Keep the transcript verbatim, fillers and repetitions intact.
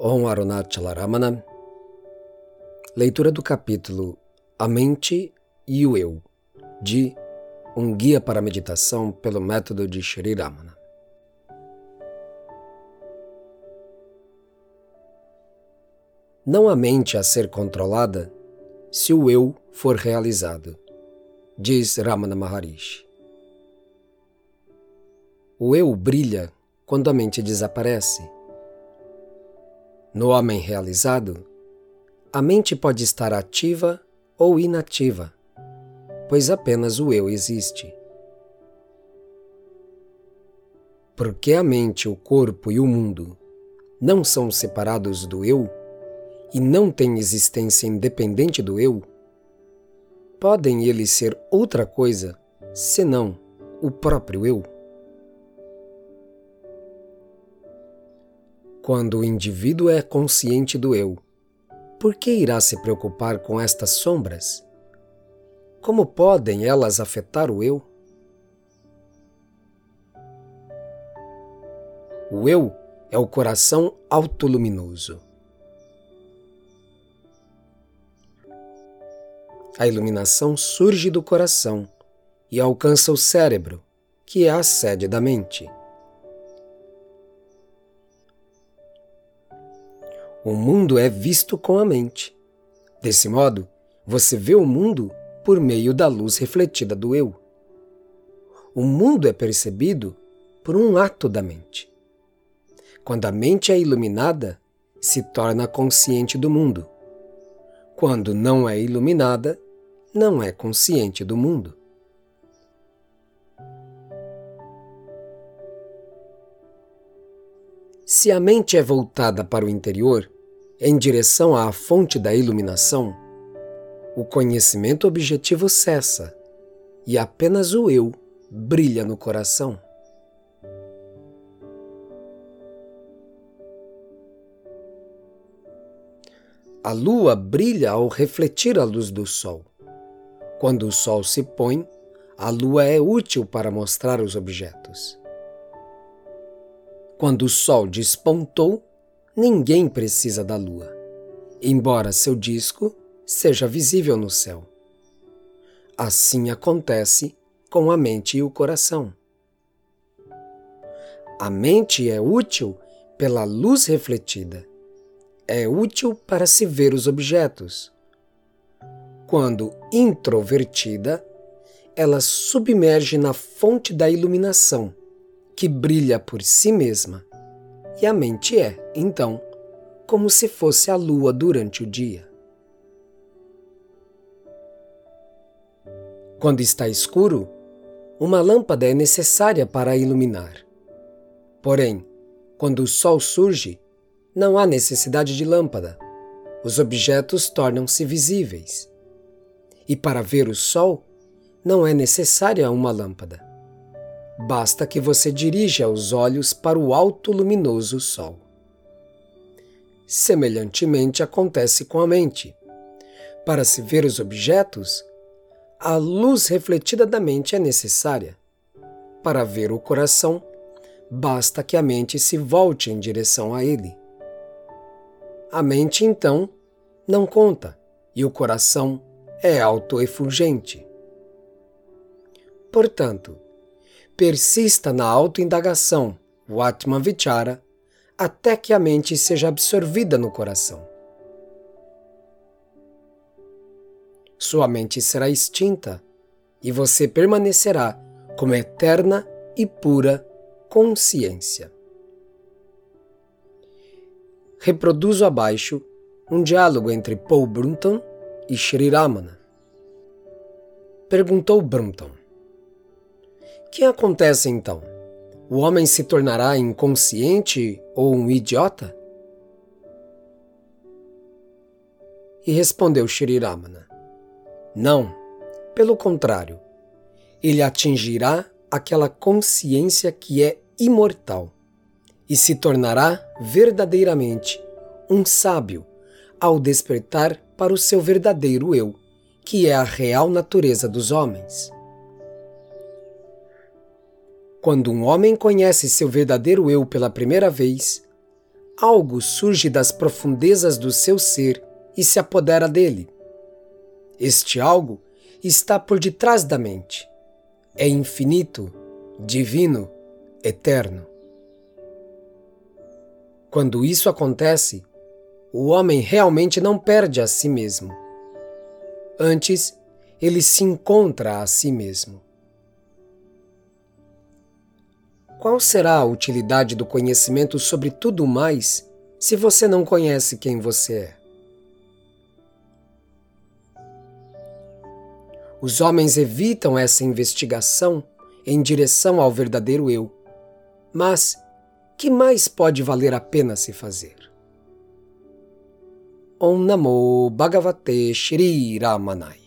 Om Arunachala Ramana. Leitura do capítulo A Mente e o Eu, de Um Guia para a Meditação pelo Método de Sri Ramana. Não há mente a ser controlada se o Eu for realizado, diz Ramana Maharishi. O Eu brilha quando a mente desaparece. No homem realizado, a mente pode estar ativa ou inativa, pois apenas o Eu existe. Porque a mente, o corpo e o mundo não são separados do Eu e não têm existência independente do Eu, podem eles ser outra coisa senão o próprio Eu? Quando o indivíduo é consciente do Eu, por que irá se preocupar com estas sombras? Como podem elas afetar o Eu? O Eu é o coração autoluminoso. A iluminação surge do coração e alcança o cérebro, que é a sede da mente. O mundo é visto com a mente. Desse modo, você vê o mundo por meio da luz refletida do Eu. O mundo é percebido por um ato da mente. Quando a mente é iluminada, se torna consciente do mundo. Quando não é iluminada, não é consciente do mundo. Se a mente é voltada para o interior, em direção à fonte da iluminação, o conhecimento objetivo cessa e apenas o Eu brilha no coração. A lua brilha ao refletir a luz do sol. Quando o sol se põe, a lua é útil para mostrar os objetos. Quando o sol despontou, ninguém precisa da lua, embora seu disco seja visível no céu. Assim acontece com a mente e o coração. A mente é útil pela luz refletida. É útil para se ver os objetos. Quando introvertida, ela submerge na fonte da iluminação, que brilha por si mesma, e a mente é, então, como se fosse a lua durante o dia. Quando está escuro, uma lâmpada é necessária para iluminar. Porém, quando o sol surge, não há necessidade de lâmpada. Os objetos tornam-se visíveis. E para ver o sol, não é necessária uma lâmpada. Basta que você dirija os olhos para o alto luminoso sol. Semelhantemente acontece com a mente. Para se ver os objetos, a luz refletida da mente é necessária. Para ver o coração, basta que a mente se volte em direção a ele. A mente, então, não conta, e o coração é autoefulgente. Portanto, persista na autoindagação, o Atma Vichara, até que a mente seja absorvida no coração. Sua mente será extinta e você permanecerá como eterna e pura consciência. Reproduzo abaixo um diálogo entre Paul Brunton e Sri Ramana. Perguntou Brunton: que acontece então? O homem se tornará inconsciente ou um idiota? E respondeu Sri Ramana: não, pelo contrário, ele atingirá aquela consciência que é imortal e se tornará verdadeiramente um sábio ao despertar para o seu verdadeiro Eu, que é a real natureza dos homens. Quando um homem conhece seu verdadeiro Eu pela primeira vez, algo surge das profundezas do seu ser e se apodera dele. Este algo está por detrás da mente. É infinito, divino, eterno. Quando isso acontece, o homem realmente não perde a si mesmo. Antes, ele se encontra a si mesmo. Qual será a utilidade do conhecimento sobre tudo mais se você não conhece quem você é? Os homens evitam essa investigação em direção ao verdadeiro eu. Mas, que mais pode valer a pena se fazer? Om Namo Bhagavate Shri Ramanaya.